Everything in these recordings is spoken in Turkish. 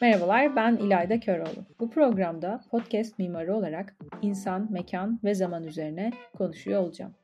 Merhabalar, ben İlayda Köroğlu. Bu programda podcast mimarı olarak insan, mekan ve zaman üzerine konuşuyor olacağım.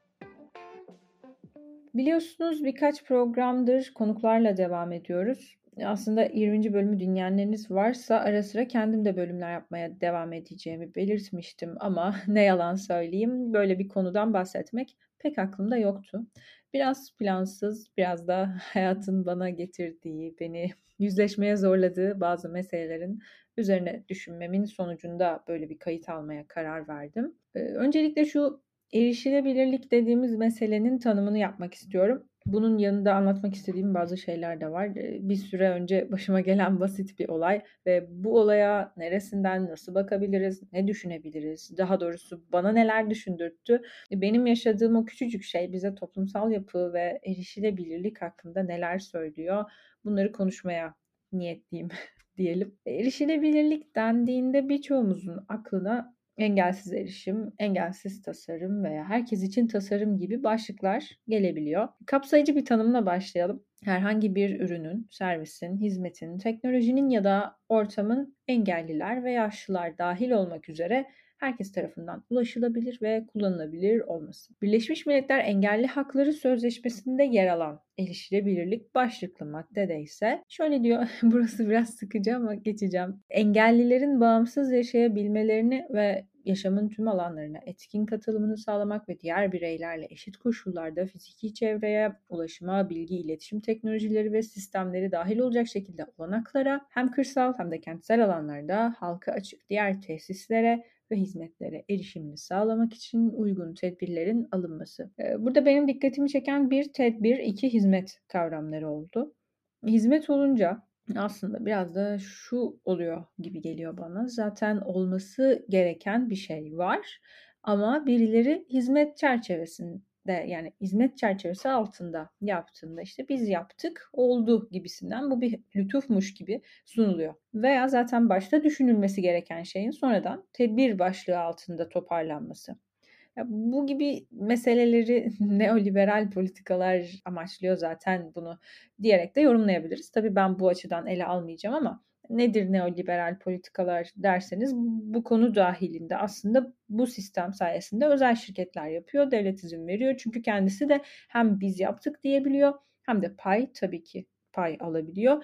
Biliyorsunuz birkaç programdır konuklarla devam ediyoruz. Aslında 20. bölümü dinleyenleriniz varsa ara sıra kendim de bölümler yapmaya devam edeceğimi belirtmiştim ama ne yalan söyleyeyim böyle bir konudan bahsetmek pek aklımda yoktu. Biraz plansız, biraz da hayatın bana getirdiği, beni yüzleşmeye zorladığı bazı meselelerin üzerine düşünmemin sonucunda böyle bir kayıt almaya karar verdim. Öncelikle şu erişilebilirlik dediğimiz meselenin tanımını yapmak istiyorum. Bunun yanında anlatmak istediğim bazı şeyler de var. Bir süre önce başıma gelen basit bir olay ve bu olaya neresinden nasıl bakabiliriz, ne düşünebiliriz, daha doğrusu bana neler düşündürttü, benim yaşadığım o küçücük şey bize toplumsal yapı ve erişilebilirlik hakkında neler söylüyor, bunları konuşmaya niyetliyim diyelim. Erişilebilirlik dendiğinde birçoğumuzun aklına engelsiz erişim, engelsiz tasarım veya herkes için tasarım gibi başlıklar gelebiliyor. Kapsayıcı bir tanımla başlayalım. Herhangi bir ürünün, servisin, hizmetin, teknolojinin ya da ortamın engelliler ve yaşlılar dahil olmak üzere herkes tarafından ulaşılabilir ve kullanılabilir olması. Birleşmiş Milletler Engelli Hakları Sözleşmesi'nde yer alan erişilebilirlik başlıklı maddede ise şöyle diyor, burası biraz sıkıcı ama geçeceğim. Engellilerin bağımsız yaşayabilmelerini ve yaşamın tüm alanlarına etkin katılımını sağlamak ve diğer bireylerle eşit koşullarda fiziki çevreye, ulaşıma, bilgi, iletişim teknolojileri ve sistemleri dahil olacak şekilde olanaklara hem kırsal hem de kentsel alanlarda halka açık diğer tesislere ve hizmetlere erişimini sağlamak için uygun tedbirlerin alınması. Burada benim dikkatimi çeken bir tedbir, iki hizmet kavramları oldu. Hizmet olunca aslında biraz da şu oluyor gibi geliyor bana. Zaten olması gereken bir şey var ama birileri hizmet çerçevesinde yani hizmet çerçevesi altında yaptığında işte biz yaptık oldu gibisinden bu bir lütufmuş gibi sunuluyor. Veya zaten başta düşünülmesi gereken şeyin sonradan tedbir başlığı altında toparlanması. Ya bu gibi meseleleri neoliberal politikalar amaçlıyor zaten bunu diyerek de yorumlayabiliriz. Tabii ben bu açıdan ele almayacağım ama nedir neoliberal politikalar derseniz bu konu dahilinde aslında bu sistem sayesinde özel şirketler yapıyor, devlet izin veriyor. Çünkü kendisi de hem biz yaptık diyebiliyor hem de tabii ki pay alabiliyor.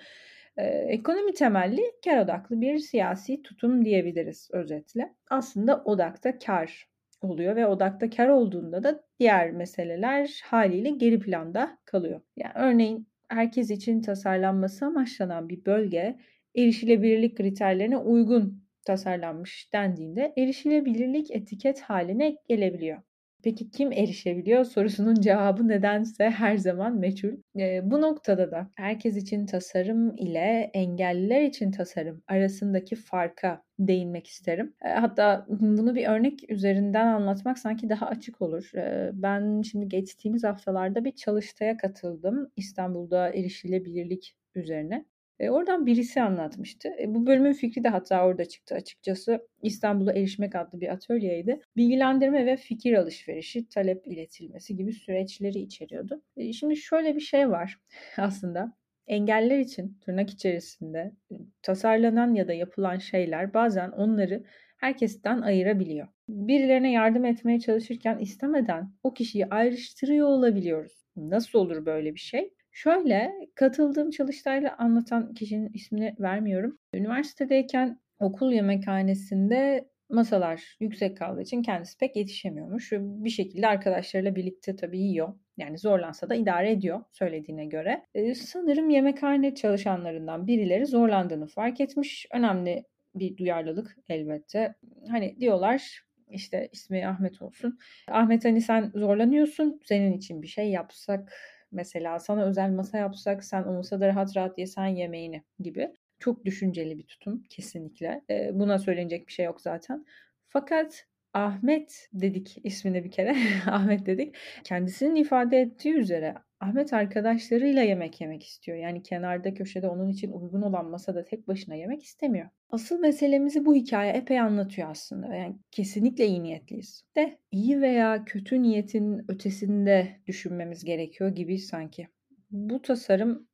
Ekonomi temelli, kar odaklı bir siyasi tutum diyebiliriz özetle. Aslında odakta kar oluyor ve odakta kar olduğunda da diğer meseleler haliyle geri planda kalıyor. Yani örneğin herkes için tasarlanması amaçlanan bir bölge erişilebilirlik kriterlerine uygun tasarlanmış dendiğinde erişilebilirlik etiket haline gelebiliyor. Peki kim erişebiliyor sorusunun cevabı nedense her zaman meçhul. Bu noktada da herkes için tasarım ile engelliler için tasarım arasındaki farka değinmek isterim. Hatta bunu bir örnek üzerinden anlatmak sanki daha açık olur. Ben şimdi geçtiğimiz haftalarda bir çalıştaya katıldım İstanbul'da erişilebilirlik üzerine. Oradan birisi anlatmıştı. Bu bölümün fikri de hatta orada çıktı açıkçası. İstanbul'a Erişmek adlı bir atölyeydi. Bilgilendirme ve fikir alışverişi, talep iletilmesi gibi süreçleri içeriyordu. Şimdi şöyle bir şey var aslında. Engeller için tırnak içerisinde tasarlanan ya da yapılan şeyler bazen onları herkesten ayırabiliyor. Birilerine yardım etmeye çalışırken istemeden o kişiyi ayrıştırıyor olabiliyoruz. Nasıl olur böyle bir şey? Şöyle, katıldığım çalıştayla anlatan kişinin ismini vermiyorum. Üniversitedeyken okul yemekhanesinde masalar yüksek kaldığı için kendisi pek yetişemiyormuş. Bir şekilde arkadaşlarıyla birlikte tabii yiyor. Yani zorlansa da idare ediyor söylediğine göre. Sanırım yemekhane çalışanlarından birileri zorlandığını fark etmiş. Önemli bir duyarlılık elbette. Hani diyorlar işte ismi Ahmet olsun. Ahmet hani sen zorlanıyorsun. Senin için bir şey yapsak mesela sana özel masa yapsak sen o masada rahat rahat yesen yemeğini gibi. Çok düşünceli bir tutum kesinlikle. Buna söylenecek bir şey yok zaten. Fakat Ahmet dedik ismine bir kere. Ahmet dedik. Kendisinin ifade ettiği üzere Ahmet arkadaşlarıyla yemek yemek istiyor. Yani kenarda köşede onun için uygun olan masada tek başına yemek istemiyor. Asıl meselemizi bu hikaye epey anlatıyor aslında. Yani kesinlikle iyi niyetliyiz. De iyi veya kötü niyetin ötesinde düşünmemiz gerekiyor gibi sanki. Bu tasarım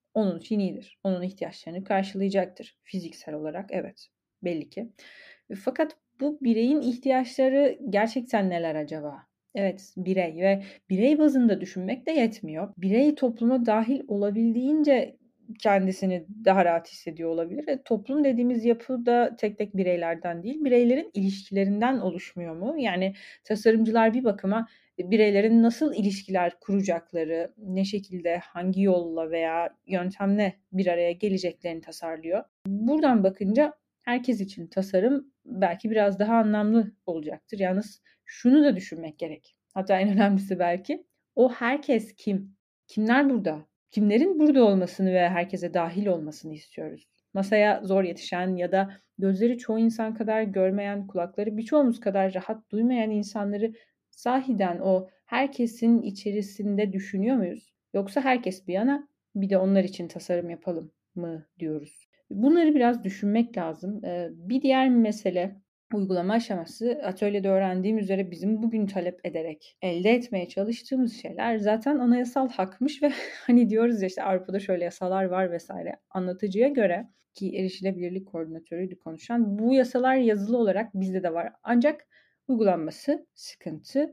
onun için iyidir. Onun ihtiyaçlarını karşılayacaktır fiziksel olarak. Evet, belli ki. Fakat bu bireyin ihtiyaçları gerçekten neler acaba? Evet, birey ve birey bazında düşünmek de yetmiyor. Birey topluma dahil olabildiğince kendisini daha rahat hissediyor olabilir. Toplum dediğimiz yapı da tek tek bireylerden değil, bireylerin ilişkilerinden oluşmuyor mu? Yani tasarımcılar bir bakıma bireylerin nasıl ilişkiler kuracakları, ne şekilde, hangi yolla veya yöntemle bir araya geleceklerini tasarlıyor. Buradan bakınca herkes için tasarım belki biraz daha anlamlı olacaktır. Yalnız şunu da düşünmek gerek. Hatta en önemlisi belki o herkes kim? Kimler burada? Kimlerin burada olmasını ve herkese dahil olmasını istiyoruz? Masaya zor yetişen ya da gözleri çoğu insan kadar görmeyen, kulakları birçoğumuz kadar rahat duymayan insanları sahiden o herkesin içerisinde düşünüyor muyuz? Yoksa herkes bir yana bir de onlar için tasarım yapalım mı diyoruz? Bunları biraz düşünmek lazım. Bir diğer mesele uygulama aşaması atölyede öğrendiğim üzere bizim bugün talep ederek elde etmeye çalıştığımız şeyler zaten anayasal hakmış ve hani diyoruz ya işte Avrupa'da şöyle yasalar var vesaire. Anlatıcıya göre ki erişilebilirlik koordinatörüydü konuşan bu yasalar yazılı olarak bizde de var. Ancak uygulanması sıkıntı.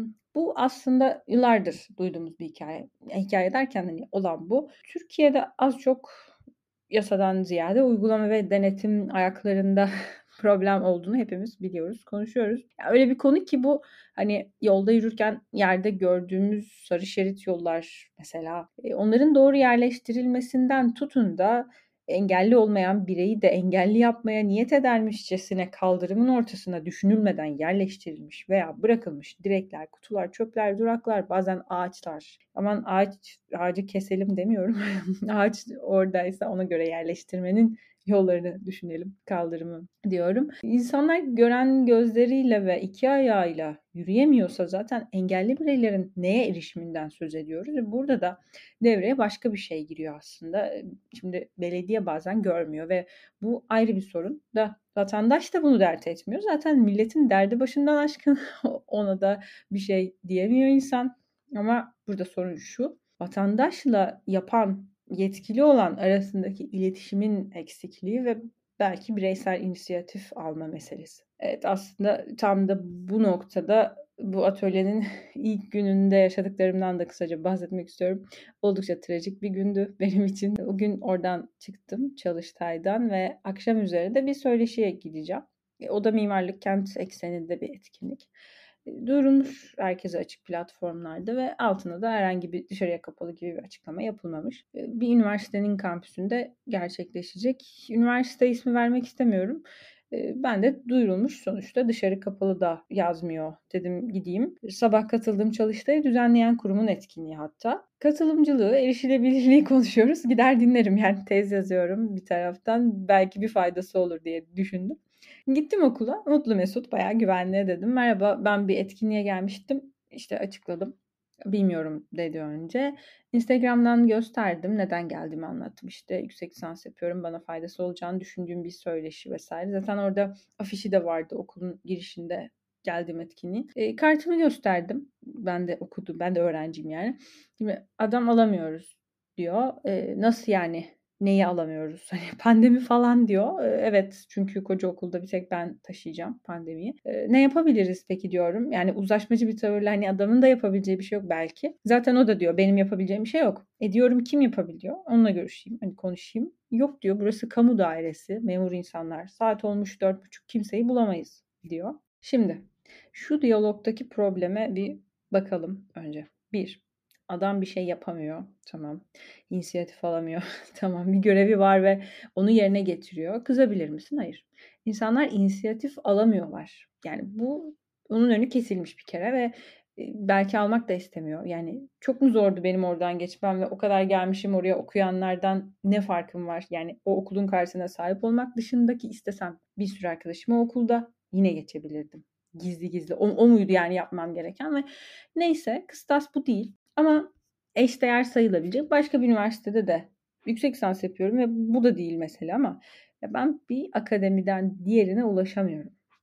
Bu aslında yıllardır duyduğumuz bir hikaye. Hikaye derken hani olan bu. Türkiye'de az çok yasadan ziyade uygulama ve denetim ayaklarında problem olduğunu hepimiz biliyoruz, konuşuyoruz. Ya öyle bir konu ki bu hani yolda yürürken yerde gördüğümüz sarı şerit yollar mesela onların doğru yerleştirilmesinden tutun da engelli olmayan bireyi de engelli yapmaya niyet edermişçesine kaldırımın ortasına düşünülmeden yerleştirilmiş veya bırakılmış direkler, kutular, çöpler, duraklar, bazen ağaçlar. Aman ağacı keselim demiyorum. Ağaç oradaysa ona göre yerleştirmenin yollarını düşünelim, kaldırımı diyorum. İnsanlar gören gözleriyle ve iki ayağıyla yürüyemiyorsa zaten engelli bireylerin neye erişiminden söz ediyoruz? Burada da devreye başka bir şey giriyor aslında. Şimdi belediye bazen görmüyor ve bu ayrı bir sorun da vatandaş da bunu dert etmiyor. Zaten milletin derdi başından aşkın ona da bir şey diyemiyor insan. Ama burada sorun şu. Vatandaşla yapan, yetkili olan arasındaki iletişimin eksikliği ve belki bireysel inisiyatif alma meselesi. Evet, aslında tam da bu noktada bu atölyenin ilk gününde yaşadıklarımdan da kısaca bahsetmek istiyorum. Oldukça trajik bir gündü benim için. O gün oradan çıktım Çalıştay'dan ve akşam üzeri de bir söyleşiye gideceğim. O da mimarlık kent ekseninde bir etkinlik. Duyurulmuş herkese açık platformlarda ve altına da herhangi bir dışarıya kapalı gibi bir açıklama yapılmamış. Bir üniversitenin kampüsünde gerçekleşecek. Üniversite ismi vermek istemiyorum. Ben de duyurulmuş sonuçta dışarı kapalı da yazmıyor dedim gideyim. Sabah katıldığım Çalıştay'ı düzenleyen kurumun etkinliği hatta. Katılımcılığı, erişilebilirliği konuşuyoruz. Gider dinlerim yani tez yazıyorum bir taraftan. Belki bir faydası olur diye düşündüm. Gittim okula. Mutlu Mesut bayağı güvenliğe dedim. Merhaba ben bir etkinliğe gelmiştim. İşte açıkladım. Bilmiyorum dedi önce. Instagram'dan gösterdim. Neden geldiğimi anlattım. İşte yüksek lisans yapıyorum. Bana faydası olacağını düşündüğüm bir söyleşi vesaire. Zaten orada afişi de vardı okulun girişinde geldiğim etkinliğin. Kartımı gösterdim. Ben de okudum. Ben de öğrenciyim yani. Şimdi adam alamıyoruz diyor. Nasıl yani? Neyi alamıyoruz? Hani pandemi falan diyor. Evet çünkü koca okulda bir tek ben taşıyacağım pandemiyi. Ne yapabiliriz peki diyorum. Yani uzlaşmacı bir tavırla hani adamın da yapabileceği bir şey yok belki. Zaten o da diyor benim yapabileceğim bir şey yok. Diyorum kim yapabiliyor? Onunla görüşeyim. Hani konuşayım. Yok diyor burası kamu dairesi. Memur insanlar. Saat olmuş 4:30 kimseyi bulamayız diyor. Şimdi şu diyalogdaki probleme bir bakalım önce. Bir, adam bir şey yapamıyor. Tamam. İnisiyatif alamıyor. Tamam. Bir görevi var ve onu yerine getiriyor. Kızabilir misin? Hayır. İnsanlar inisiyatif alamıyorlar. Yani bu onun önü kesilmiş bir kere ve belki almak da istemiyor. Yani çok mu zordu benim oradan geçmem ve o kadar gelmişim oraya okuyanlardan ne farkım var? Yani o okulun karşısına sahip olmak dışındaki istesem bir sürü arkadaşım o okulda yine geçebilirdim. Gizli gizli. O muydu yani yapmam gereken ve neyse kıstas bu değil. Ama eşdeğer sayılabilecek başka bir üniversitede de yüksek lisans yapıyorum ve bu da değil mesela ama ya ben bir akademiden diğerine ulaşamıyorum.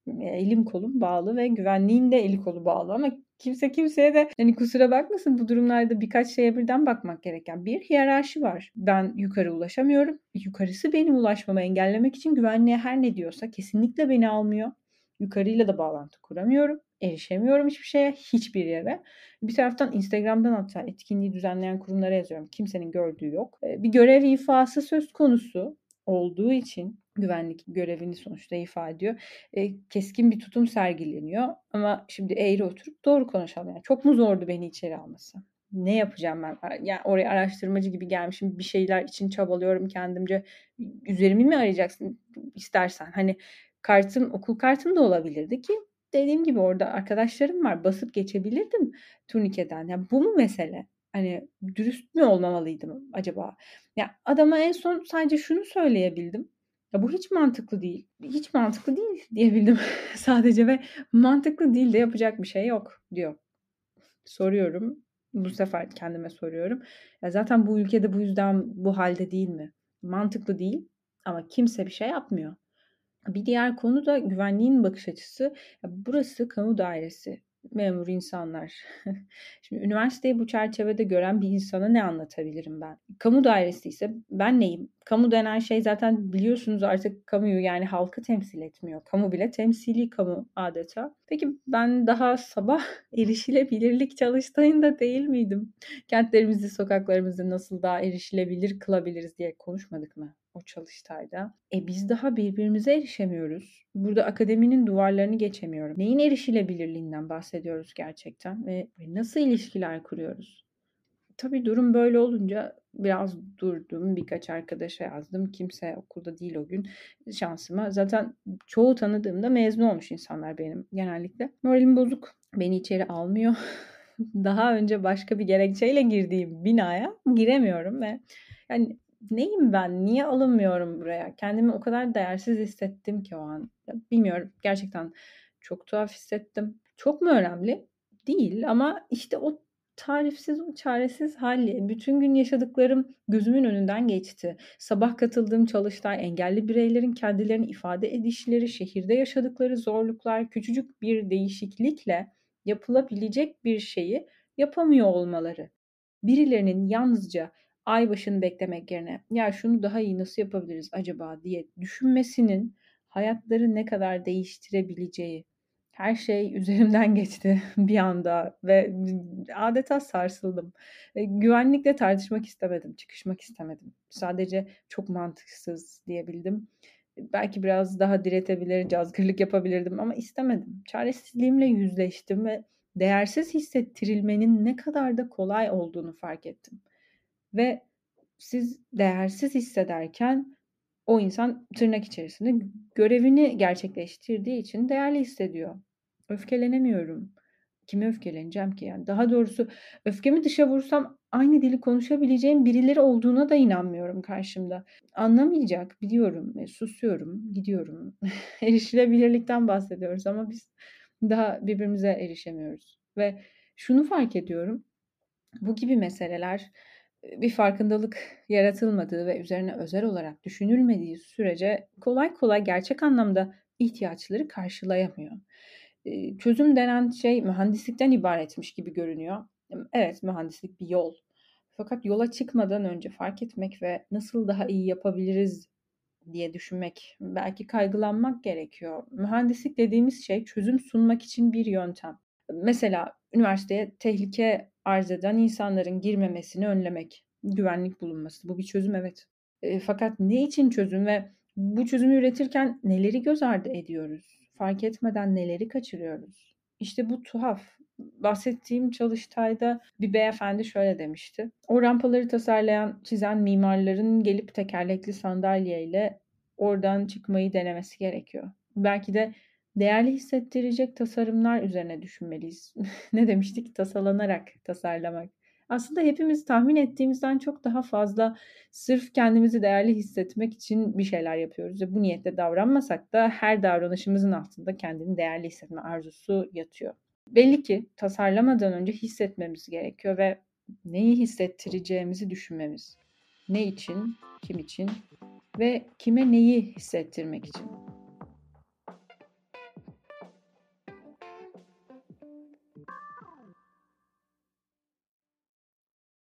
Elim kolum bağlı ve güvenliğin de eli kolu bağlı ama kimse kimseye de hani kusura bakmasın, bu durumlarda birkaç şeye birden bakmak gereken bir hiyerarşi var. Ben yukarı ulaşamıyorum. Yukarısı benim ulaşmamı engellemek için güvenliğe her ne diyorsa kesinlikle beni almıyor. Yukarıyla da bağlantı kuramıyorum. Erişemiyorum hiçbir şeye, hiçbir yere. Bir taraftan Instagram'dan hatta etkinliği düzenleyen kurumlara yazıyorum. Kimsenin gördüğü yok. Bir görev ifası söz konusu olduğu için güvenlik görevini sonuçta ifa ediyor. Keskin bir tutum sergileniyor. Ama şimdi eğri oturup doğru konuşalım. Yani çok mu zordu beni içeri alması? Ne yapacağım ben? Yani oraya araştırmacı gibi gelmişim. Bir şeyler için çabalıyorum kendimce. Üzerimi mi arayacaksın istersen? Hani okul kartım da olabilirdi ki dediğim gibi orada arkadaşlarım var. Basıp geçebilirdim turnikeden. Yani bu mu mesele? Hani dürüst mü olmamalıydım acaba? Ya adama en son sadece şunu söyleyebildim. Ya bu hiç mantıklı değil. Hiç mantıklı değil diyebildim sadece ve mantıklı değil de yapacak bir şey yok diyor. Soruyorum. Bu sefer kendime soruyorum. Ya zaten bu ülkede bu yüzden bu halde değil mi? Mantıklı değil ama kimse bir şey yapmıyor. Bir diğer konu da güvenliğin bakış açısı. Ya burası kamu dairesi, memur insanlar. Şimdi üniversiteyi bu çerçevede gören bir insana ne anlatabilirim ben? Kamu dairesi ise ben neyim? Kamu denen şey zaten biliyorsunuz artık kamuyu yani halkı temsil etmiyor. Kamu bile temsili kamu adeta. Peki ben daha sabah erişilebilirlik çalıştayında değil miydim? Kentlerimizi, sokaklarımızı nasıl daha erişilebilir kılabiliriz diye konuşmadık mı o çalıştayda? Biz daha birbirimize erişemiyoruz. Burada akademinin duvarlarını geçemiyorum. Neyin erişilebilirliğinden bahsediyoruz gerçekten ve nasıl ilişkiler kuruyoruz? Tabii durum böyle olunca biraz durdum. Birkaç arkadaşa yazdım. Kimse okulda değil o gün. Şansıma. Zaten çoğu tanıdığımda mezun olmuş insanlar benim genellikle. Moralim bozuk. Beni içeri almıyor. Daha önce başka bir gerekçeyle girdiğim binaya giremiyorum ve yani neyim ben? Niye alınmıyorum buraya? Kendimi o kadar değersiz hissettim ki o an. Ya bilmiyorum. Gerçekten çok tuhaf hissettim. Çok mu önemli? Değil ama işte o tarifsiz, o çaresiz hâli. Bütün gün yaşadıklarım gözümün önünden geçti. Sabah katıldığım çalıştay, engelli bireylerin kendilerini ifade edişleri, şehirde yaşadıkları zorluklar, küçücük bir değişiklikle yapılabilecek bir şeyi yapamıyor olmaları. Birilerinin yalnızca ay başını beklemek yerine ya şunu daha iyi nasıl yapabiliriz acaba diye düşünmesinin hayatları ne kadar değiştirebileceği. Her şey üzerimden geçti bir anda ve adeta sarsıldım. Güvenlikle tartışmak istemedim, çıkışmak istemedim. Sadece çok mantıksız diyebildim. Belki biraz daha diretebilir, cazgırlık yapabilirdim ama istemedim. Çaresizliğimle yüzleştim ve değersiz hissettirilmenin ne kadar da kolay olduğunu fark ettim. Ve siz değersiz hissederken o insan tırnak içerisinde görevini gerçekleştirdiği için değerli hissediyor. Öfkelenemiyorum. Kime öfkeleneceğim ki yani? Daha doğrusu öfkemi dışa vursam aynı dili konuşabileceğim birileri olduğuna da inanmıyorum karşımda. Anlamayacak biliyorum. Susuyorum, gidiyorum. Erişilebilirlikten bahsediyoruz ama biz daha birbirimize erişemiyoruz. Ve şunu fark ediyorum. Bu gibi meseleler bir farkındalık yaratılmadığı ve üzerine özel olarak düşünülmediği sürece kolay kolay gerçek anlamda ihtiyaçları karşılayamıyor. Çözüm denen şey mühendislikten ibaretmiş gibi görünüyor. Evet, mühendislik bir yol. Fakat yola çıkmadan önce fark etmek ve nasıl daha iyi yapabiliriz diye düşünmek, belki kaygılanmak gerekiyor. Mühendislik dediğimiz şey çözüm sunmak için bir yöntem. Mesela üniversiteye tehlike arz eden insanların girmemesini önlemek, güvenlik bulunması. Bu bir çözüm evet. Fakat ne için çözüm ve bu çözümü üretirken neleri göz ardı ediyoruz? Fark etmeden neleri kaçırıyoruz? İşte bu tuhaf. Bahsettiğim çalıştayda bir beyefendi şöyle demişti. O rampaları tasarlayan, çizen mimarların gelip tekerlekli sandalyeyle oradan çıkmayı denemesi gerekiyor. Belki de değerli hissettirecek tasarımlar üzerine düşünmeliyiz. Ne demiştik? Tasalanarak tasarlamak. Aslında hepimiz tahmin ettiğimizden çok daha fazla sırf kendimizi değerli hissetmek için bir şeyler yapıyoruz. Ve bu niyetle davranmasak da her davranışımızın altında kendini değerli hissetme arzusu yatıyor. Belli ki tasarlamadan önce hissetmemiz gerekiyor ve neyi hissettireceğimizi düşünmemiz. Ne için, kim için ve kime neyi hissettirmek için.